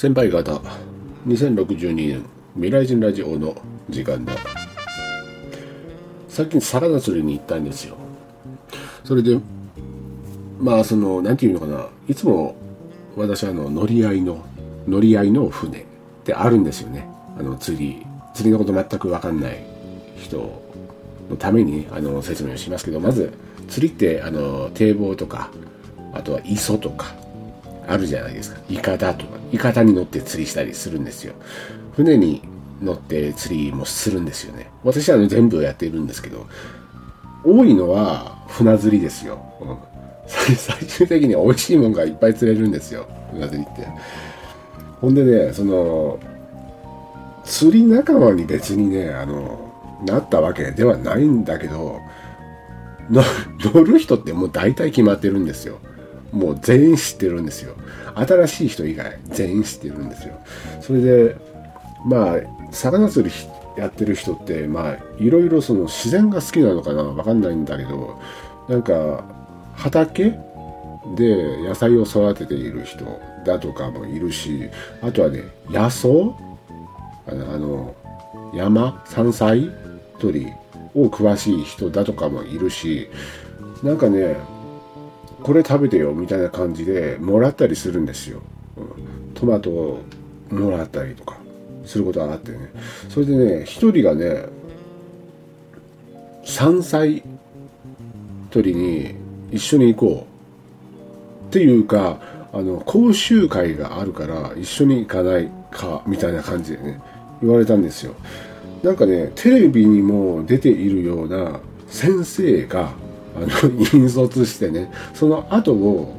先輩方、2062年未来人ラジオの時間だ。さっき魚釣りに行ったんですよ。それでなんていうのかな、いつも私は乗り合いの船ってあるんですよね。釣りのこと全く分かんない人のために説明をしますけど、まず釣りって堤防とか、あとは磯とかあるじゃないですか。イカダに乗って釣りしたりするんですよ。船に乗って釣りもするんですよね。私は全部やっているんですけど、多いのは船釣りですよ。最終的に美味しいものがいっぱい釣れるんですよ、船釣りって。ほんでね、釣り仲間に別にねなったわけではないんだけど、乗る人ってもう大体決まってるんですよ。もう全員知ってるんですよ。新しい人以外全員知ってるんですよ。それで魚釣りやってる人っていろいろ自然が好きなのかな、わかんないんだけど、なんか畑で野菜を育てている人だとかもいるし、あとはね、野草、山菜採りを詳しい人だとかもいるし、なんかね、これ食べてよみたいな感じでもらったりするんですよ。トマトをもらったりとかすることがあってね。それでね、一人がね、山菜採りに一緒に行こうっていうか、講習会があるから一緒に行かないかみたいな感じでね、言われたんですよ。なんかね、テレビにも出ているような先生が引率してね、その後を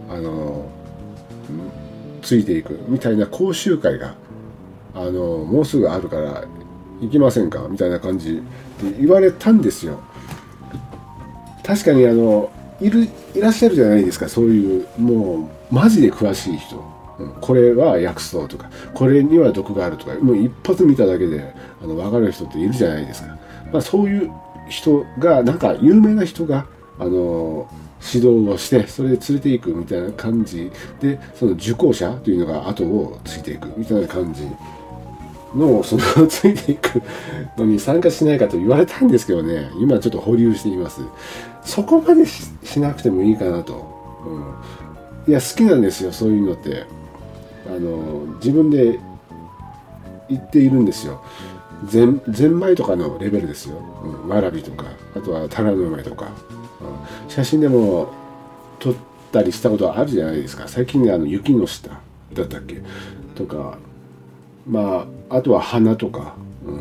ついていくみたいな講習会がもうすぐあるから行きませんかみたいな感じで言われたんですよ。確かにいらっしゃるじゃないですか、そういうもうマジで詳しい人。これは薬草とか、これには毒があるとか、もう一発見ただけで分かる人っているじゃないですか。そういう人が、なんか有名な人が指導をして、それで連れていくみたいな感じで、その受講者というのが後をついていくみたいな感じの、ついていくのに参加しないかと言われたんですけどね、今ちょっと保留しています。そこまで しなくてもいいかなと。いや、好きなんですよ、そういうのって。自分で言っているんですよ。ゼンマイとかのレベルですよ。わらびとか、あとはタラの芽とか、写真でも撮ったりしたことはあるじゃないですか。最近ね、雪の下だったっけとか、あとは花とか、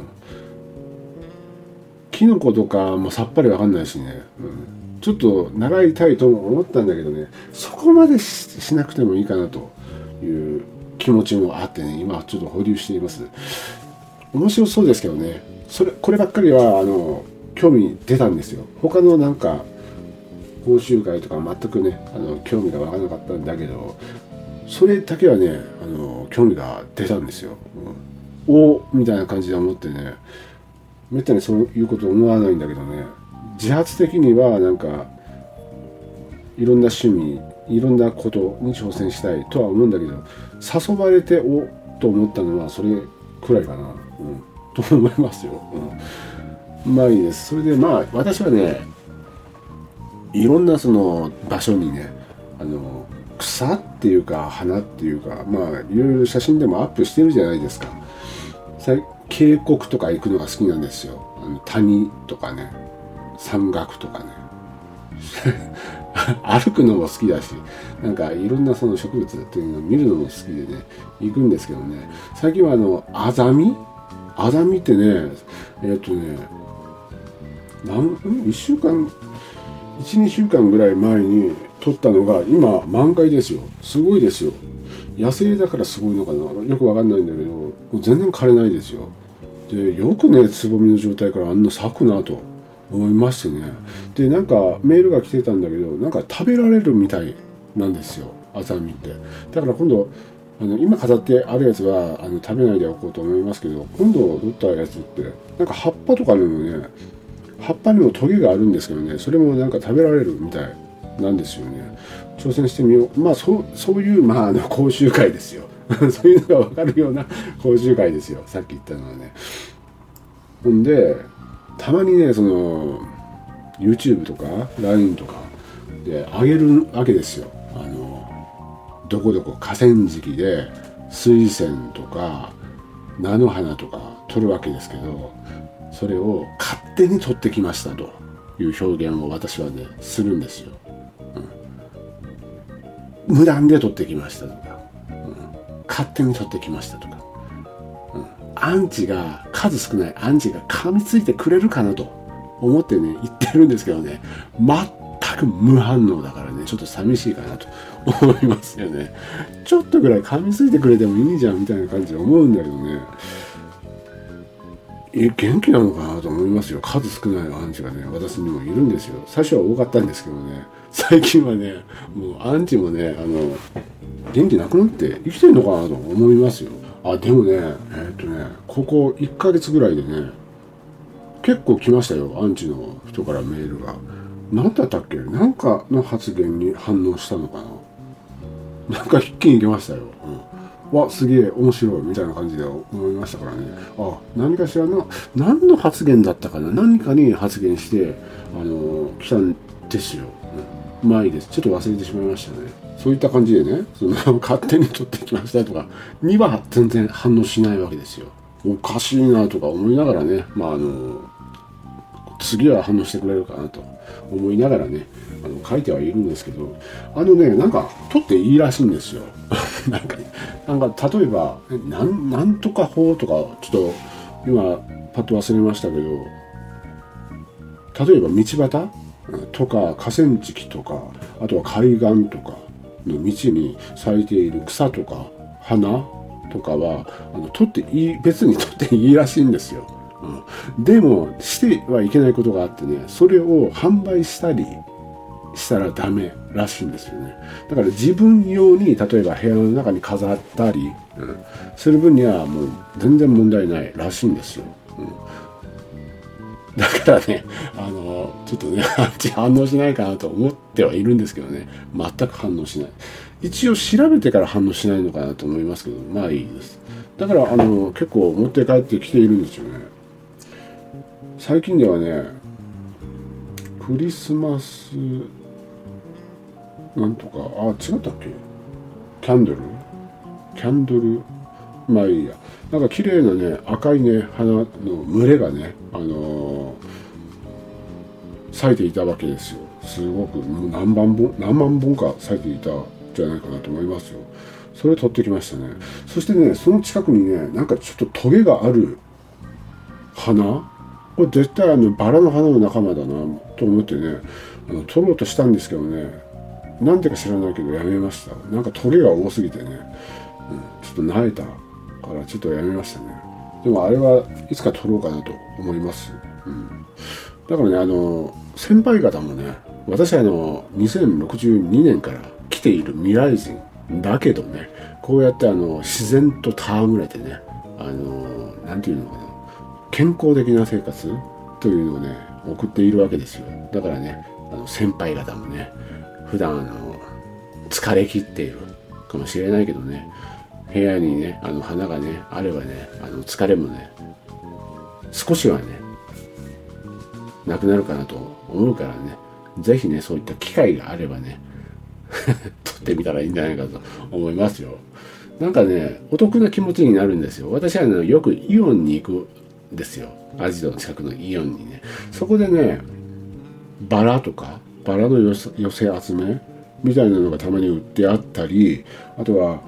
キノコとかもさっぱりわかんないしね、ちょっと習いたいと思ったんだけどね、そこまで しなくてもいいかなという気持ちもあってね、今ちょっと保留しています。面白そうですけどね、こればっかりは興味出たんですよ。他のなんか講習会とか全くね興味が湧かなかったんだけど、それだけはね興味が出たんですよ。みたいな感じで思ってね、めったにそういうこと思わないんだけどね、自発的にはなんかいろんな趣味、いろんなことに挑戦したいとは思うんだけど、誘われてと思ったのはそれくらいかな、と思いますよ。いいです。それで私はね、いろんなその場所にね、草っていうか花っていうか、いろいろ写真でもアップしてるじゃないですか。渓谷とか行くのが好きなんですよ。谷とかね、山岳とかね歩くのも好きだし、なんかいろんなその植物っていうのを見るのも好きでね、行くんですけどね、最近はアザミってね、1週間1、2週間ぐらい前に撮ったのが今満開ですよ。すごいですよ。野生だからすごいのかな、よくわかんないんだけど、もう全然枯れないですよ。で、よくね、つぼみの状態からあんな咲くなと思いましてね。で、なんかメールが来てたんだけど、なんか食べられるみたいなんですよ、アザミって。だから今度今飾ってあるやつは食べないでおこうと思いますけど、今度取ったやつってなんか葉っぱとかにもね、葉っぱにもトゲがあるんですけどね、それもなんか食べられるみたいなんですよね。挑戦してみよう。そういう講習会ですよ。 そういうのが分かるような講習会ですよ、さっき言ったのはね。ほんでたまにね、その YouTube とか LINE とかで上げるわけですよ。どこどこ河川敷で水仙とか菜の花とか撮るわけですけど、それを勝手に撮ってきましたという表現を私はねするんですよ。無断で撮ってきましたとか、勝手に撮ってきましたとか、アンチが数少ないアンチが噛みついてくれるかなと思ってね言ってるんですけどね、全く無反応だからね、ちょっと寂しいかなと思いますよね。ちょっとぐらい噛みついてくれてもいいじゃんみたいな感じで思うんだけどね、元気なのかなと思いますよ。数少ないアンチがね私にもいるんですよ。最初は多かったんですけどね、最近はねもうアンチもね元気なくなって生きてるのかなと思いますよ。でもねここ1ヶ月ぐらいでね結構来ましたよ、アンチの人からメールが。何だったっけ、なんかの発言に反応したのかな、なんか一気に来ましたよ。わ、すげえ面白いみたいな感じで思いましたからね。何かしらの何の発言だったかな、何かに発言して来たんですよ。まあいいです、ちょっと忘れてしまいましたね。そういった感じでね、勝手に取ってきましたとかには全然反応しないわけですよ。おかしいなとか思いながらね、次は反応してくれるかなと思いながらね書いてはいるんですけど、なんか取っていいらしいんですよ。なんか例えばなんとか法とかちょっと今パッと忘れましたけど、例えば道端とか河川敷とか、あとは海岸とかの道に咲いている草とか花とかは別に取っていいらしいんですよ。でもしてはいけないことがあってね、それを販売したりしたらダメらしいんですよね。だから自分用に例えば部屋の中に飾ったり、する分にはもう全然問題ないらしいんですよ。だからねちょっとね反応しないかなと思ってはいるんですけどね、全く反応しない。一応調べてから反応しないのかなと思いますけど、まあいいです。だから結構持って帰ってきているんですよね。最近ではねクリスマスなんとか違ったっけ、キャンドルまあいいや、なんか綺麗なね赤いね花の群れがね咲いていたわけですよ。すごく何万本か咲いていたんじゃないかなと思いますよ。それ取ってきましたね。そしてねその近くにねなんかちょっとトゲがある花、これ絶対バラの花の仲間だなと思ってね取ろうとしたんですけどね、なんでか知らないけどやめました。なんかトゲが多すぎてね、ちょっと慣れたからちょっとやめましたね。でもあれはいつか取ろうかなと思います。だからね先輩方もね、私は2062年から来ている未来人だけどね、こうやって自然と戯れてねなんていうのかな、健康的な生活というのをね送っているわけですよ。だからね先輩方もね普段疲れ切っているかもしれないけどね、部屋にね花がねあればね疲れもね少しはねなくなるかなと思うからね、ぜひねそういった機会があればね撮ってみたらいいんじゃないかと思いますよ。なんかねお得な気持ちになるんですよ。私はよくイオンに行くんですよ。アジトの近くのイオンにね、そこでねバラの寄せ集めみたいなのがたまに売ってあったり、あとは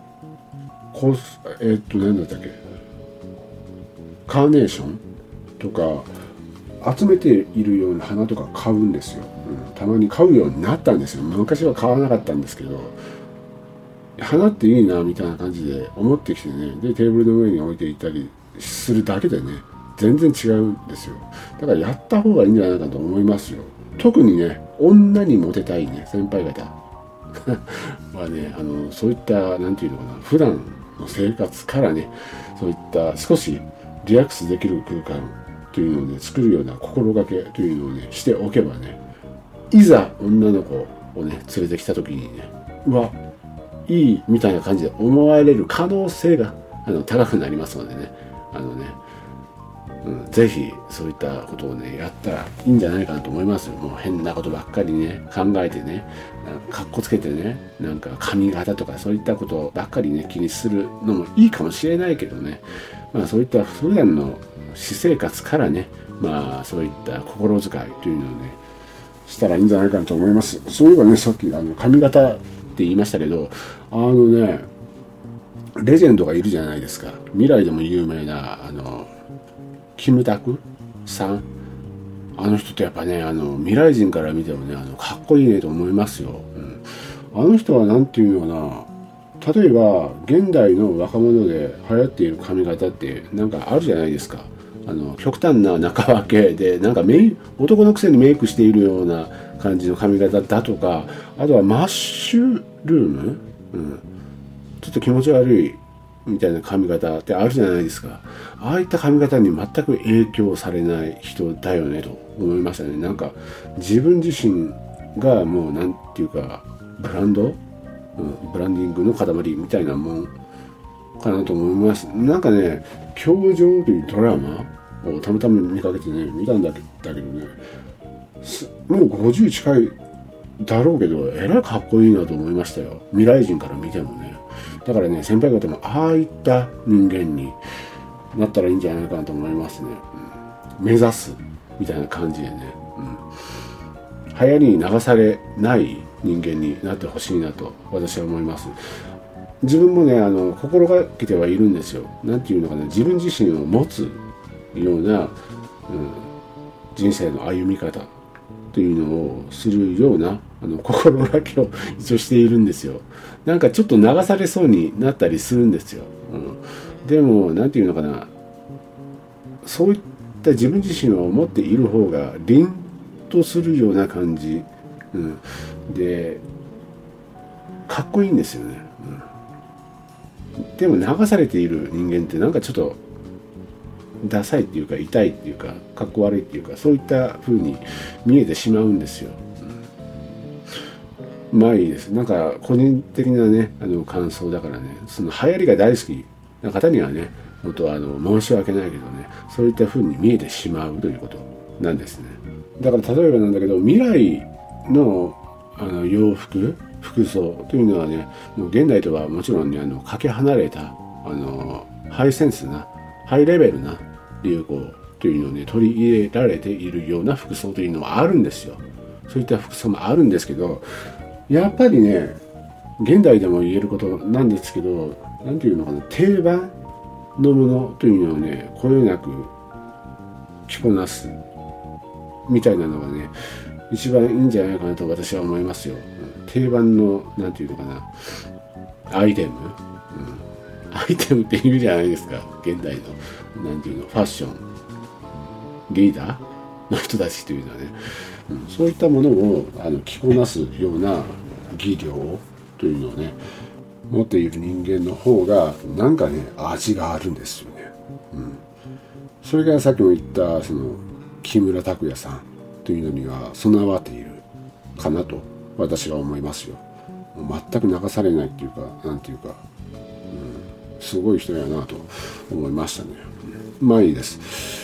何だったっけ、カーネーションとか集めているような花とか買うんですよ。たまに買うようになったんですよ。昔は買わなかったんですけど、花っていいなみたいな感じで思ってきてね、でテーブルの上に置いていたりするだけでね全然違うんですよ。だからやった方がいいんじゃないかと思いますよ。特にね女にモテたいね先輩方はねそういったなんていうのかな、普段の生活からねそういった少しリラックスできる空間というのをね作るような心がけというのをねしておけばね、いざ女の子をね連れてきた時にね、うわいいみたいな感じで思われる可能性が高くなりますのでね、ぜひそういったことをねやったらいいんじゃないかなと思いますよ。もう変なことばっかりね考えてね、かっこつけてね、なんか髪型とかそういったことばっかりね気にするのもいいかもしれないけどね、そういった普段の私生活からね、そういった心遣いというのをねしたらいいんじゃないかなと思います。そういえばね、さっき髪型って言いましたけど、レジェンドがいるじゃないですか。未来でも有名なキムタクさん、あの人ってやっぱね未来人から見てもねかっこいいねと思いますよ。あの人はなんていうのかな、例えば現代の若者で流行っている髪型ってなんかあるじゃないですか。極端な中分けでなんか男のくせにメイクしているような感じの髪型だとか、あとはマッシュルーム、ちょっと気持ち悪いみたいな髪型ってあるじゃないですか。ああいった髪型に全く影響されない人だよねと思いましたね。なんか自分自身がもうなんていうかブランディングの塊みたいなもんかなと思います。なんかね、教場というドラマをたまたま見かけてね見たんだけどね、もう50近いだろうけどえらいかっこいいなと思いましたよ。未来人から見てもね。だからね、先輩方もああいった人間になったらいいんじゃないかなと思いますね。目指すみたいな感じでね、流行りに流されない人間になってほしいなと私は思います。自分もね心がけてはいるんですよ。なんていうのかな、自分自身を持つような、人生の歩み方というのをするような心がけを一応しているんですよ。なんかちょっと流されそうになったりするんですよ。でもなんていうのかな、そういった自分自身を持っている方が凛とするような感じ、でかっこいいんですよね。でも流されている人間ってなんかちょっとダサいっていうか痛いっていうかかっこ悪いっていうか、そういった風に見えてしまうんですよ。いいです。なんか個人的なね感想だからね、その流行りが大好きな方にはね本当は申し訳ないけどね、そういった風に見えてしまうということなんですね。だから例えばなんだけど、未来の洋服服装というのはね、もう現代とはもちろんねかけ離れたハイセンスなハイレベルな流行というのをね取り入れられているような服装というのもあるんですよ。そういった服装もあるんですけど、やっぱりね現代でも言えることなんですけど、なんていうのかな、定番のものというのをねこよなく着こなすみたいなのがね一番いいんじゃないかなと私は思いますよ。定番のなんていうのかな、アイテム、アイテムって言うじゃないですか、現代のなんていうのファッションリーダーの人たちというのはね、そういったものを着こなすような技量というのをね持っている人間の方がなんかね味があるんですよね。それがさっきも言ったその木村拓哉さんというのには備わっているかなと私は思いますよ。全く流されないっていうかなんていうか、すごい人やなと思いましたね。いいです。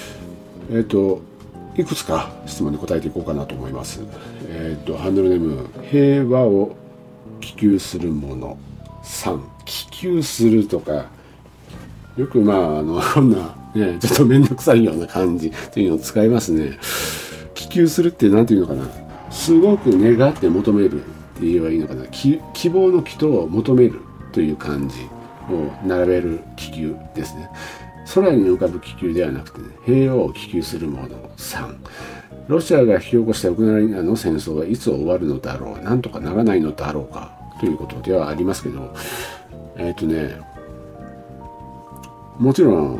いくつか質問に答えていこうかなと思います。ハンドルネーム平和を希求するもの3、希求するとかよくこんなねちょっと面倒くさいような感じというのを使いますね。希求するってなんていうのかな、すごく願って求めるって言えばいいのかな、希望の祈祷を求めるという感じを並べる気球ですね。空に浮かぶ気球ではなくて、ね、平和を希求するもの3、ロシアが引き起こしたウクライナの戦争はいつ終わるのだろう、なんとかならないのだろうかということではありますけど、もちろん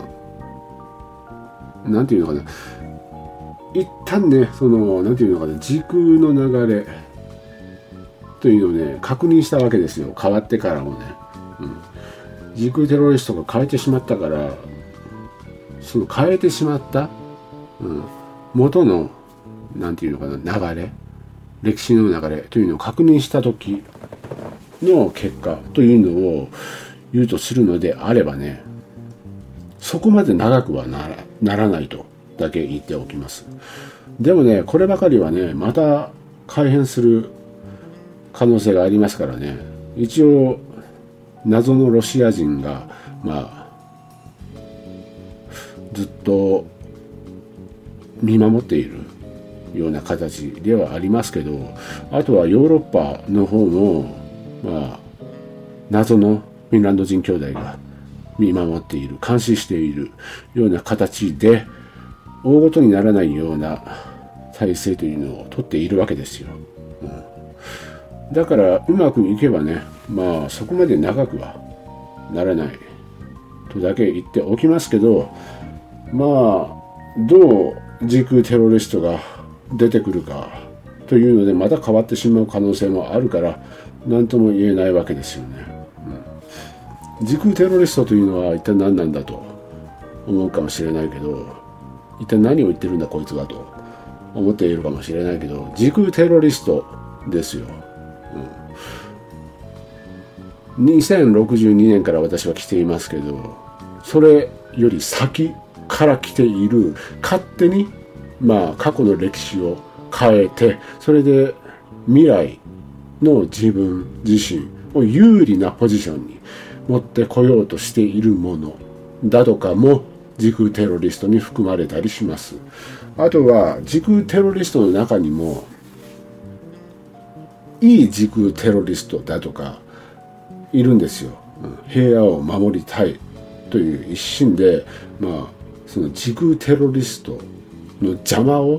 なんていうのかな、一旦ねそのなんていうのかな、時空の流れというのをね確認したわけですよ。変わってからもね、時空テロリストが変えてしまったから、その変えてしまった、元のなんていうのかな、流れ、歴史の流れというのを確認した時の結果というのを言うとするのであればね、そこまで長くはならないとだけ言っておきます。でもね、こればかりはね、また改変する可能性がありますからね。一応謎のロシア人がずっと見守っているような形ではありますけど、あとはヨーロッパの方も謎のフィンランド人兄弟が見守っている、監視しているような形で大ごとにならないような体制というのを取っているわけですよ。だからうまくいけばね、そこまで長くはならないとだけ言っておきますけど、どう時空テロリストが出てくるかというのでまた変わってしまう可能性もあるから何とも言えないわけですよね。時空テロリストというのは一体何なんだと思うかもしれないけど、一体何を言ってるんだこいつはと思っているかもしれないけど、時空テロリストですよ。2062年から私は来ていますけど、それより先から来ている、勝手に過去の歴史を変えて、それで未来の自分自身を有利なポジションに持ってこようとしているものだとかも時空テロリストに含まれたりします。あとは時空テロリストの中にもいい時空テロリストだとかいるんですよ。平和を守りたいという一心で、その時空テロリストの邪魔を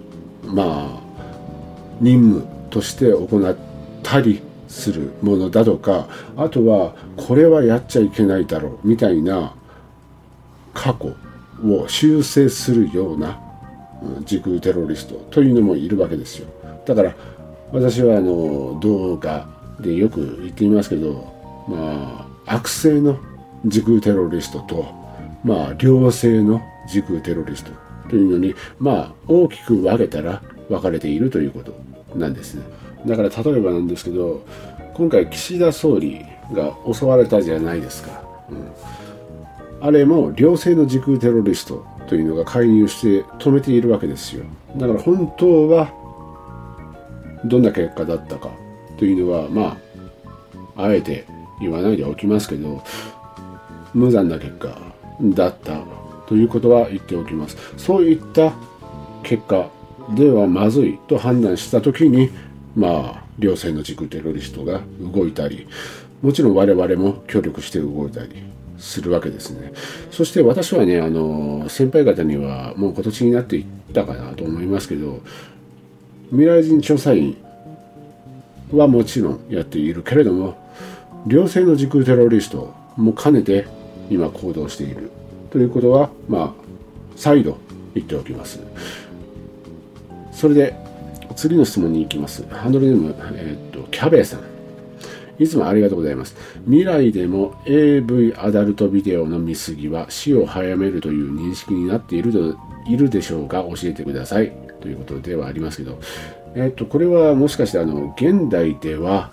任務として行ったりするものだとか、あとはこれはやっちゃいけないだろうみたいな過去を修正するような時空テロリストというのもいるわけですよ。だから私は動画でよく言っていますけど、悪性の時空テロリストと良性の時空テロリストというのに大きく分けたら分かれているということなんですね。だから例えばなんですけど、今回岸田総理が襲われたじゃないですか。あれも良性の時空テロリストというのが介入して止めているわけですよ。だから本当はどんな結果だったかというのはあえて言わないでおきますけど、無残な結果だったということは言っておきます。そういった結果ではまずいと判断したときに良性の時空テロリストが動いたり、もちろん我々も協力して動いたりするわけですね。そして私はね、先輩方にはもう今年になっていったかなと思いますけど、未来人調査員はもちろんやっているけれども、良性の時空テロリストも兼ねて今行動しているということは再度言っておきます。それで次の質問に行きます。ハンドルネーム、キャベさん、いつもありがとうございます。未来でも AV アダルトビデオの見過ぎは死を早めるという認識になっているでしょうか、教えてくださいということではありますけど、これはもしかして現代では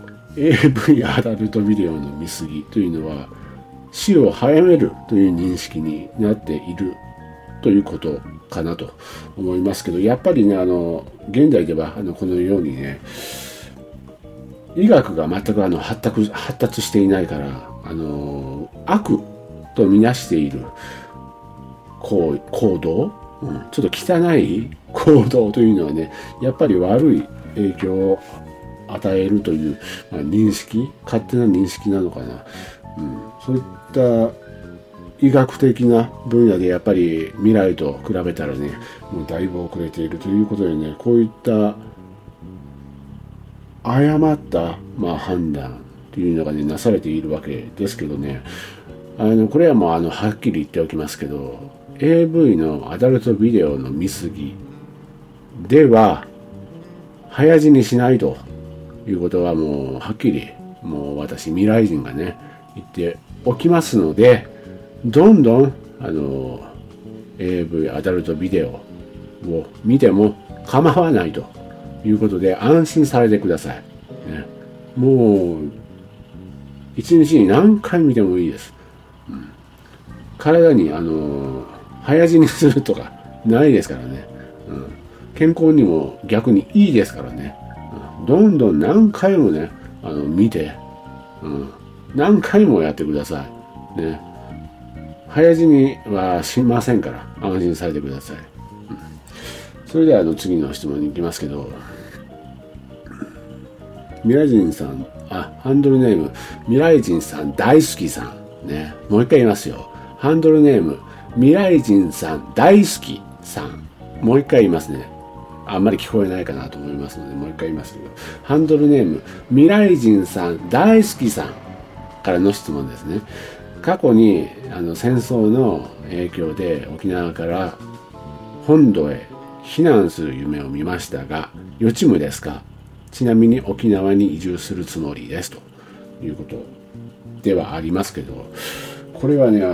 AV アダルトビデオの見過ぎというのは死を早めるという認識になっているということかなと思いますけど、やっぱりね、現代ではこのようにね、医学が全く発達していないから、悪とみなしている行動、ちょっと汚い行動というのはね、やっぱり悪い影響を与えるという、認識、勝手な認識なのかな。そういった医学的な分野でやっぱり未来と比べたらね、もうだいぶ遅れているということでね、こういった誤った判断というのがねなされているわけですけどね、これはもうはっきり言っておきますけど、 AV のアダルトビデオの見過ぎでは早死にしないということはもうはっきりもう私未来人がね言っておきますので、どんどんAV アダルトビデオを見ても構わないということで安心されてください、ね、もう一日に何回見てもいいです。体に早死にするとかないですからね。健康にも逆にいいですからね。どんどん何回もね見て、何回もやってくださいね。早死にはしませんから安心されてください。それでは次の質問に行きますけど、未来人さん、ハンドルネーム未来人さん大好きさんね。もう一回言いますよ。ハンドルネーム未来人さん大好きさん。もう一回言いますね。あんまり聞こえないかなと思いますのでもう一回言いますけど、ハンドルネーム未来人さん大好きさんからの質問ですね。過去に戦争の影響で沖縄から本土へ避難する夢を見ましたが予知夢ですか？ちなみに沖縄に移住するつもりですということではありますけど、これはね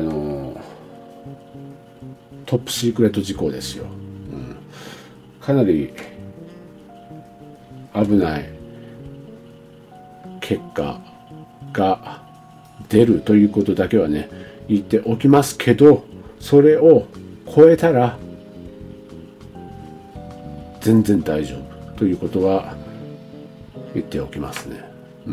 トップシークレット事項ですよ。かなり危ない結果が出るということだけはね言っておきますけど、それを超えたら全然大丈夫ということは言っておきますね。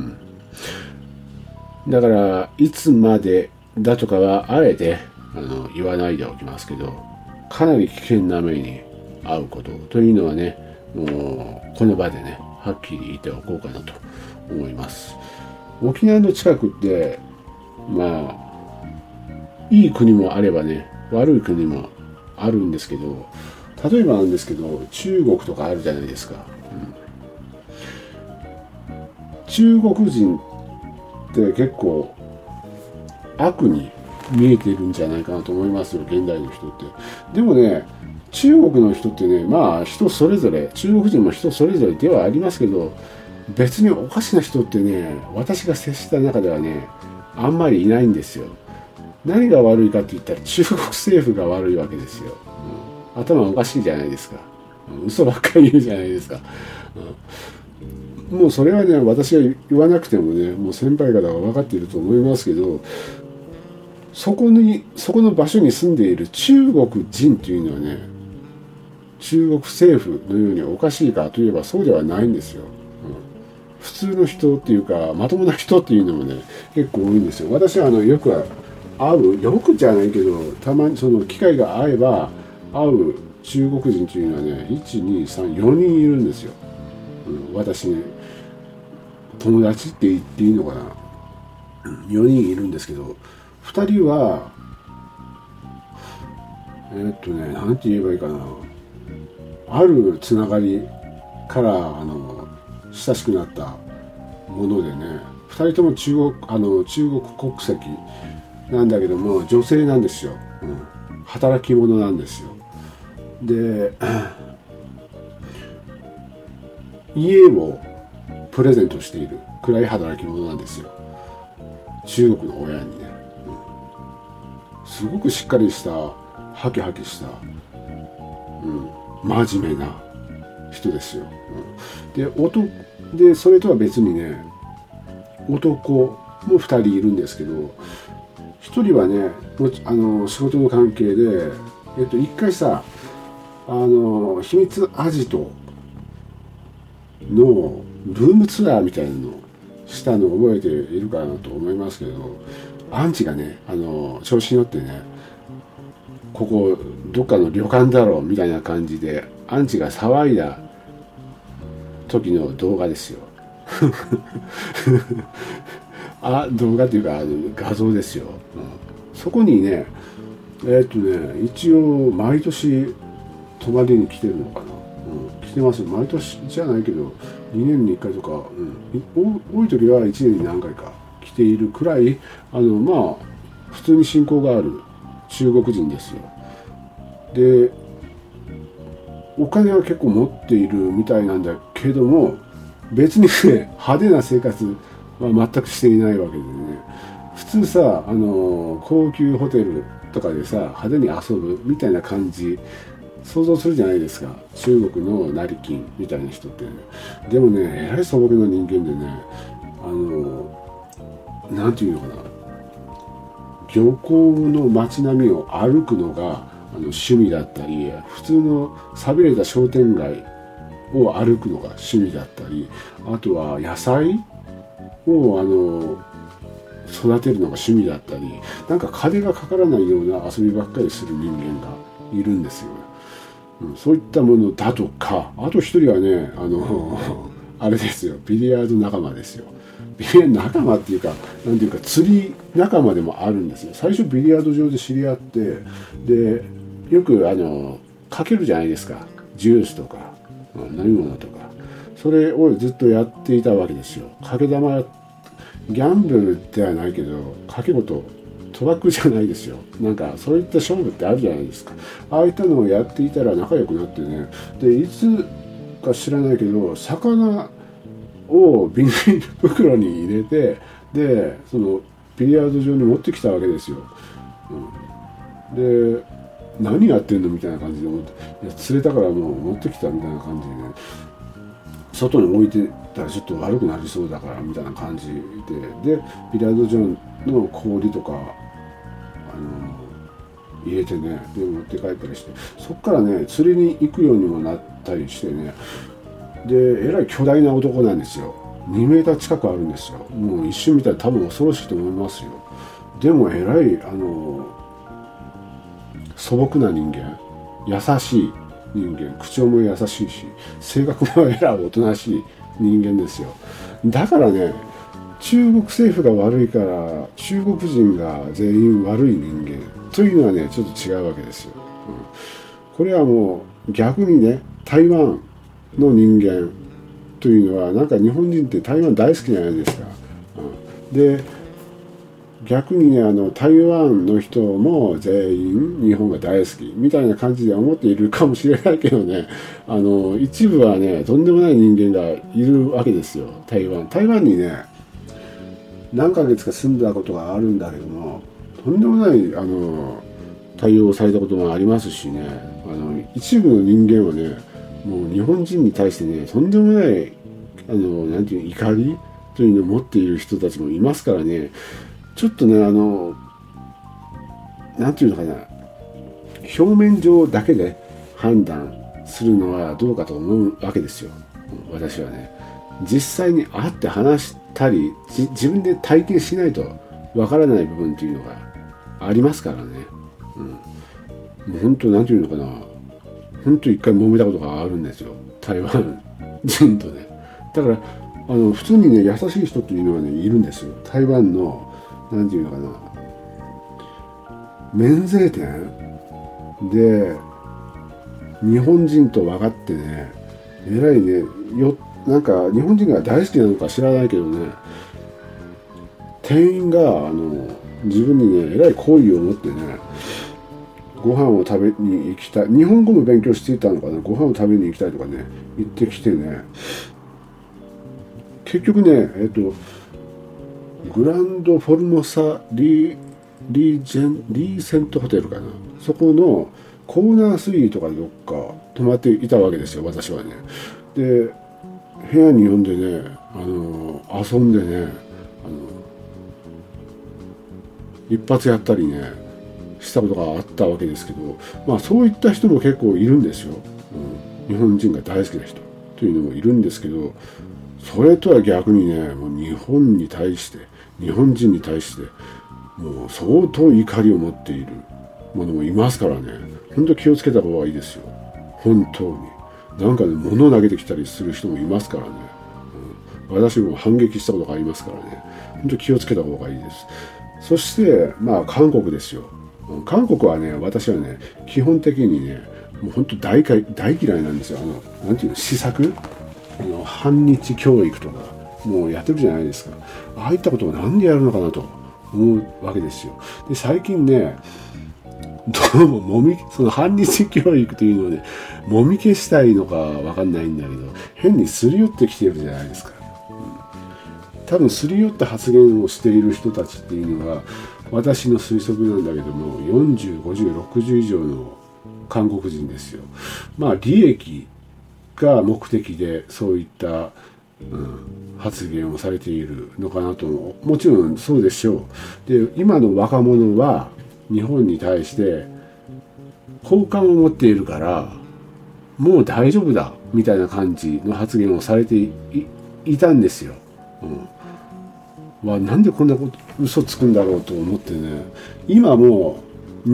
だからいつまでだとかはあえて言わないでおきますけど、かなり危険な目に遭うことというのはね、もうこの場でねはっきり言っておこうかなと思います。沖縄の近くっていい国もあればね悪い国もあるんですけど、例えばなんですけど中国とかあるじゃないですか。中国人って結構悪に見えてるんじゃないかなと思いますよ、現代の人って。でもね中国の人ってね人それぞれ、中国人も人それぞれではありますけど、別におかしな人ってね私が接した中ではねあんまりいないんですよ。何が悪いかって言ったら中国政府が悪いわけですよ。頭おかしいじゃないですか。嘘ばっかり言うじゃないですか。もうそれはね私が言わなくてもねもう先輩方が分かっていると思いますけど、そこの場所に住んでいる中国人というのはね中国政府のようにおかしいかといえばそうではないんですよ。普通の人っていうかまともな人っていうのもね結構多いんですよ。私はよくよくじゃないけどたまにその機会が合えば会う中国人というのはね1,2,3,4人いるんですよ。私ね友達って言っていいのかな、4人いるんですけど、2人はなんて言えばいいかな、あるつながりから親しくなったものでね、2人とも中国国籍なんだけども女性なんですよ。働き者なんですよ。で家をプレゼントしているくらい働き者なんですよ、中国の親にね。すごくしっかりしたハキハキした、真面目な人ですよ。でそれとは別にね男も2人いるんですけど、1人はね仕事の関係で一回さ秘密アジトのルームツアーみたいなのをしたのを覚えているかなと思いますけど、アンチがね調子に乗ってねここどっかの旅館だろうみたいな感じでアンチが騒いだ時の動画ですよ。動画っていうか画像ですよ。そこにね一応毎年泊まりに来てるのかな、来てますよ。毎年じゃないけど2年に1回とか、多い時は1年に何回か来ているくらい普通に信仰がある中国人ですよ。でお金は結構持っているみたいなんだけども別にね派手な生活は全くしていないわけでね、普通さ高級ホテルとかでさ派手に遊ぶみたいな感じ想像するじゃないですか、中国の成金みたいな人って、ね。でもねえらい素朴な人間でねなんていうのかな、漁港の街並みを歩くのが趣味だったり、普通の寂れた商店街を歩くのが趣味だったり、あとは野菜を育てるのが趣味だったり、なんか金がかからないような遊びばっかりする人間がいるんですよ。そういったものだとか、あと一人はね、あれですよ、ビリヤード仲間ですよ。ビリヤード仲間っていうか、なんていうか、釣り仲間でもあるんですよ。最初ビリヤード場で知り合って、で、よくかけるじゃないですか。ジュースとか、飲み物とか。それをずっとやっていたわけですよ。かけ玉、ギャンブルではないけど、かけ事、賭博じゃないですよ。なんかそういった勝負ってあるじゃないですか。ああいったのをやっていたら仲良くなってね。で、いつか知らないけど、魚をビニール袋に入れて、で、そのビリヤード場に持ってきたわけですよ。で、何やってんのみたいな感じで思って、いや釣れたからもう持ってきたみたいな感じでね、外に置いてたらちょっと悪くなりそうだからみたいな感じで、ビリヤード場の氷とか入れてね、で持って帰ったりして、そっからね釣りに行くようにもなったりしてね、でえらい巨大な男なんですよ。2メーター近くあるんですよ。もう一瞬見たら多分恐ろしいと思いますよ。でもえらい素朴な人間、優しい人間、口調も優しいし、性格もえらいおとなしい人間ですよ。だからね、中国政府が悪いから中国人が全員悪い人間というのはね、ちょっと違うわけですよ。これはもう逆にね、台湾の人間というのは、なんか日本人って台湾大好きじゃないですか。で、逆にね、台湾の人も全員日本が大好きみたいな感じで思っているかもしれないけどね、一部はね、とんでもない人間がいるわけですよ。台湾にね、何ヶ月か住んだことがあるんだけども、とんでもない対応をされたこともありますしね、一部の人間はね、もう日本人に対してね、とんでもないなんていう怒りというのを持っている人たちもいますからね、ちょっとね、なんていうのかな、表面上だけで判断するのはどうかと思うわけですよ。私はね、実際に会って話したり、自分で体験しないとわからない部分というのがありますからね。もう本当、なんていうのかな、本当一回揉めたことがあるんですよ、台湾人とね。だから普通にね、優しい人っていうのはね、いるんですよ。台湾のなんていうのかな、免税店で日本人と分かってね、えらいね、なんか日本人が大好きなのか知らないけどね、店員が自分にね、えらい好意を持ってね、ご飯を食べに行きたい、日本語も勉強していたのかな、ご飯を食べに行きたいとかね、言ってきてね、結局ね、グランドフォルモサリーセントホテルかな、そこのコーナースイートかどっか泊まっていたわけですよ、私はね。で、部屋に呼んでね、遊んでね、一発やったりねしたことがあったわけですけど、まあそういった人も結構いるんですよ。日本人が大好きな人というのもいるんですけど、それとは逆にね、もう日本に対して、日本人に対してもう相当怒りを持っているものもいますからね、本当気をつけた方がいいですよ。本当になんかね、物を投げてきたりする人もいますからね、私も反撃したことがありますからね、本当気をつけた方がいいです。そしてまあ韓国ですよ。韓国はね、私はね、基本的にね、もう本当大嫌いなんですよ。なんていうの、施策、反日教育とかもうやってるじゃないですか。ああいったことをなんでやるのかなと思うわけですよ。で、最近ね、どうもその反日教育というのをね、もみ消したいのかわかんないんだけど、変にすり寄ってきてるじゃないですか。多分すり寄った発言をしている人たちっていうのは、私の推測なんだけども、40、50、60以上の韓国人ですよ。まあ利益が目的でそういった発言をされているのかなと。もちろんそうでしょう。で、今の若者は日本に対して好感を持っているからもう大丈夫だみたいな感じの発言をされて いたんですよ。なんでこんなこと嘘つくんだろうと思ってね、今もう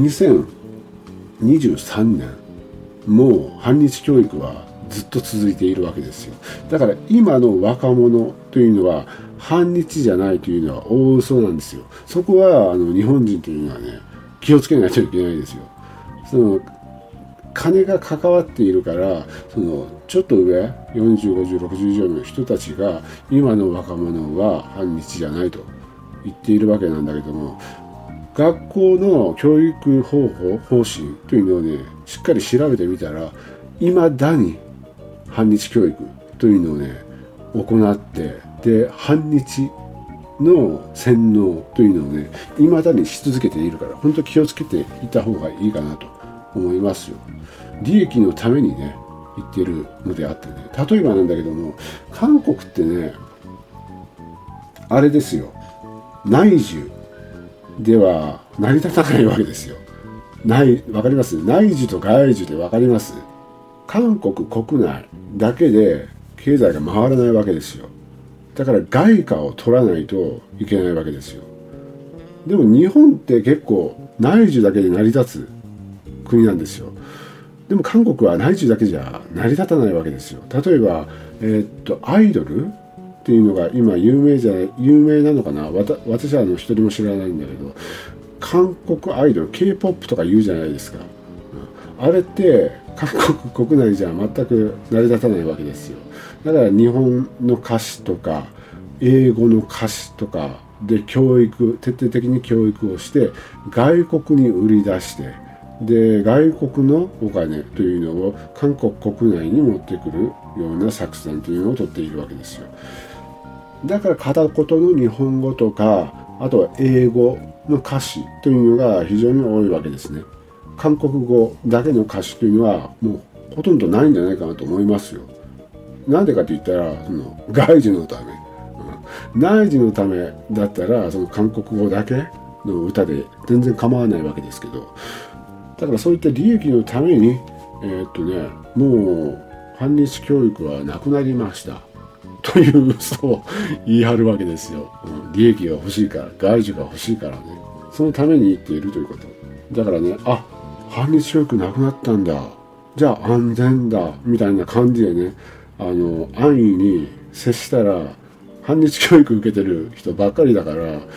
2023年もう反日教育はずっと続いているわけですよ。だから今の若者というのは反日じゃないというのは大嘘なんですよ。そこは日本人というのはね、気をつけないといけないですよ。その金が関わっているから、ちょっと上40、50、60以上の人たちが今の若者は反日じゃないと言っているわけなんだけども、学校の教育方針というのをね、しっかり調べてみたら、未だに反日教育というのをね行って、で反日の洗脳というのをね未だにし続けているから、本当気をつけていた方がいいかなと思いますよ。利益のためにね言っているのであってね、例えばなんだけども、韓国ってねあれですよ、内需では成り立たないわけですよ。わかります？内需と外需でわかります？韓国国内だけで経済が回らないわけですよ。だから外貨を取らないといけないわけですよ。でも日本って結構内需だけで成り立つ国なんですよ。でも韓国は内需だけじゃ成り立たないわけですよ。例えば、アイドルっていうのが今有名なのかな。私は一人も知らないんだけど、韓国アイドル K-POP とか言うじゃないですか。あれって韓国国内じゃ全く成り立たないわけですよ。だから日本の歌詞とか英語の歌詞とかで徹底的に教育をして外国に売り出して、で外国のお金というのを韓国国内に持ってくるような作戦というのを取っているわけですよ。だから片言の日本語とか、あとは英語の歌詞というのが非常に多いわけですね。韓国語だけの歌詞というのはもうほとんどないんじゃないかなと思いますよ。なんでかと言ったら、外需のため、内需のためだったら韓国語だけの歌で全然構わないわけですけど、だからそういった利益のためにもう反日教育はなくなりましたという嘘を言い張るわけですよ。利益が欲しいから、外需が欲しいからね、そのために言っているということ。だからね、反日教育なくなったんだ、じゃあ安全だみたいな感じでね、安易に接したら反日教育受けてる人ばっかりだから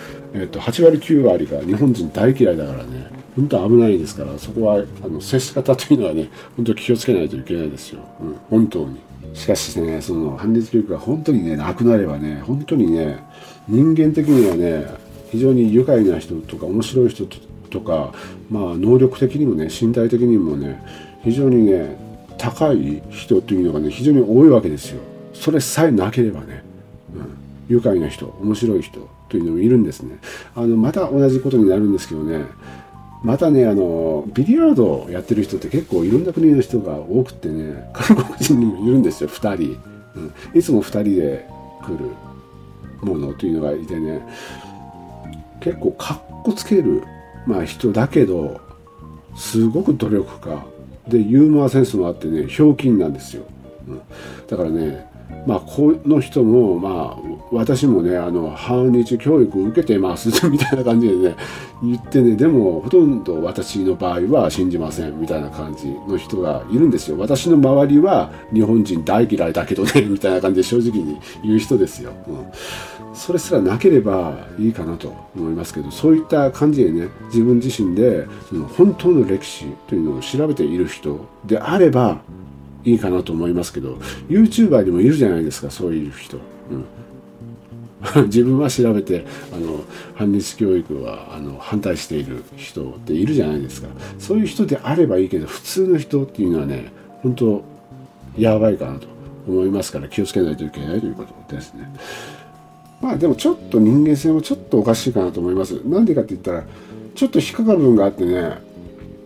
、8割9割が日本人大嫌いだからね、本当危ないですから、そこは接し方というのはね、本当気をつけないといけないですよ。本当に。しかしね、反日教育が本当にねなくなればね、本当にね、人間的にはね非常に愉快な人とか面白い人とか、能力的にもね、身体的にもね、非常にね高い人というのがね非常に多いわけですよ。それさえなければね、愉快な人、面白い人というのもいるんですね。また同じことになるんですけどね、またねビリヤードをやってる人って結構いろんな国の人が多くてね、韓国人にもいるんですよ、2人、いつも2人で来るものというのがいてね、結構かっこつける、人だけどすごく努力家でユーモアセンスもあってね、ひょうきんなんですよ。だからね、この人も私もね反日教育を受けてますみたいな感じでね言ってね、でもほとんど私の場合は信じませんみたいな感じの人がいるんですよ。私の周りは日本人大嫌いだけどねみたいな感じで正直に言う人ですよ。それすらなければいいかなと思いますけど、そういった感じでね、自分自身で本当の歴史というのを調べている人であればいいかなと思いますけど、 YouTuber にもいるじゃないですか、そういう人。自分は調べて反日教育は反対している人っているじゃないですか。そういう人であればいいけど、普通の人っていうのはね本当やばいかなと思いますから、気をつけないといけないということですね。でもちょっと人間性もちょっとおかしいかなと思います。なんでかって言ったら、ちょっと引っかかる部分があってね、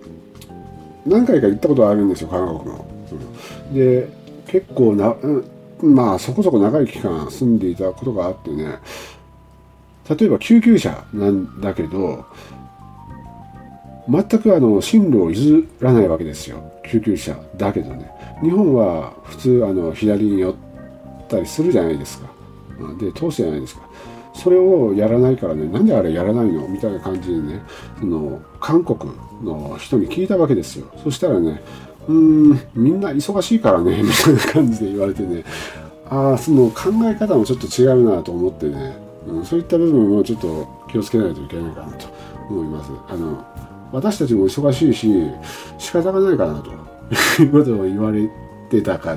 何回か行ったことがあるんですよ、韓国の。で結構まあそこそこ長い期間住んでいたことがあってね、例えば救急車なんだけど、全く進路を譲らないわけですよ、救急車だけどね。日本は普通左に寄ったりするじゃないですか。で通すじゃないですか。それをやらないからね、なんであれやらないのみたいな感じでね、韓国の人に聞いたわけですよ。そしたらね、みんな忙しいからねみたいな感じで言われてね、その考え方もちょっと違うなと思ってね、そういった部分をちょっと気をつけないといけないかなと思います。私たちも忙しいし仕方がないかなということを言われてたから、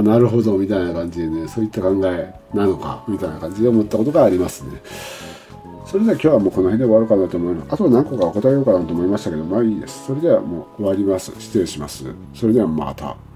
なるほどみたいな感じでね、そういった考えなのかみたいな感じで思ったことがありますね。それでは今日はもうこの辺で終わろうかなと思います。あと何個か答えようかなと思いましたけど、まあいいです。それではもう終わります。失礼します。それではまた。